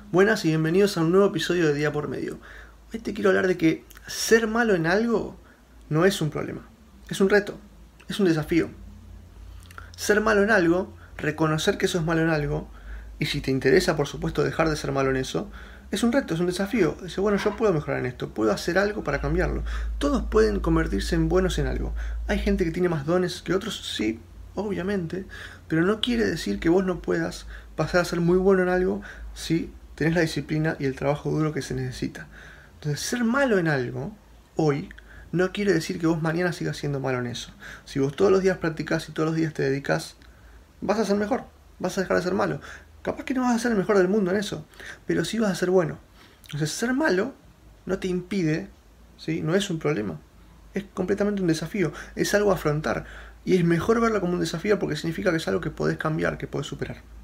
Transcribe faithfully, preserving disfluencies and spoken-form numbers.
Buenas y bienvenidos a un nuevo episodio de Día por Medio. Hoy te quiero hablar de que ser malo en algo no es un problema, es un reto, es un desafío. Ser malo en algo, reconocer que eso es malo en algo, y si te interesa, por supuesto, dejar de ser malo en eso, es un reto, es un desafío. Dice, bueno, yo puedo mejorar en esto, puedo hacer algo para cambiarlo. Todos pueden convertirse en buenos en algo. Hay gente que tiene más dones que otros, sí, obviamente, pero no quiere decir que vos no puedas pasar a ser muy bueno en algo si tenés la disciplina y el trabajo duro que se necesita. Entonces, ser malo en algo, hoy, no quiere decir que vos mañana sigas siendo malo en eso. Si vos todos los días practicás y todos los días te dedicás, vas a ser mejor, vas a dejar de ser malo. Capaz que no vas a ser el mejor del mundo en eso, pero sí vas a ser bueno. Entonces, ser malo no te impide, ¿sí? No es un problema. Es completamente un desafío, es algo a afrontar. Y es mejor verlo como un desafío porque significa que es algo que podés cambiar, que podés superar.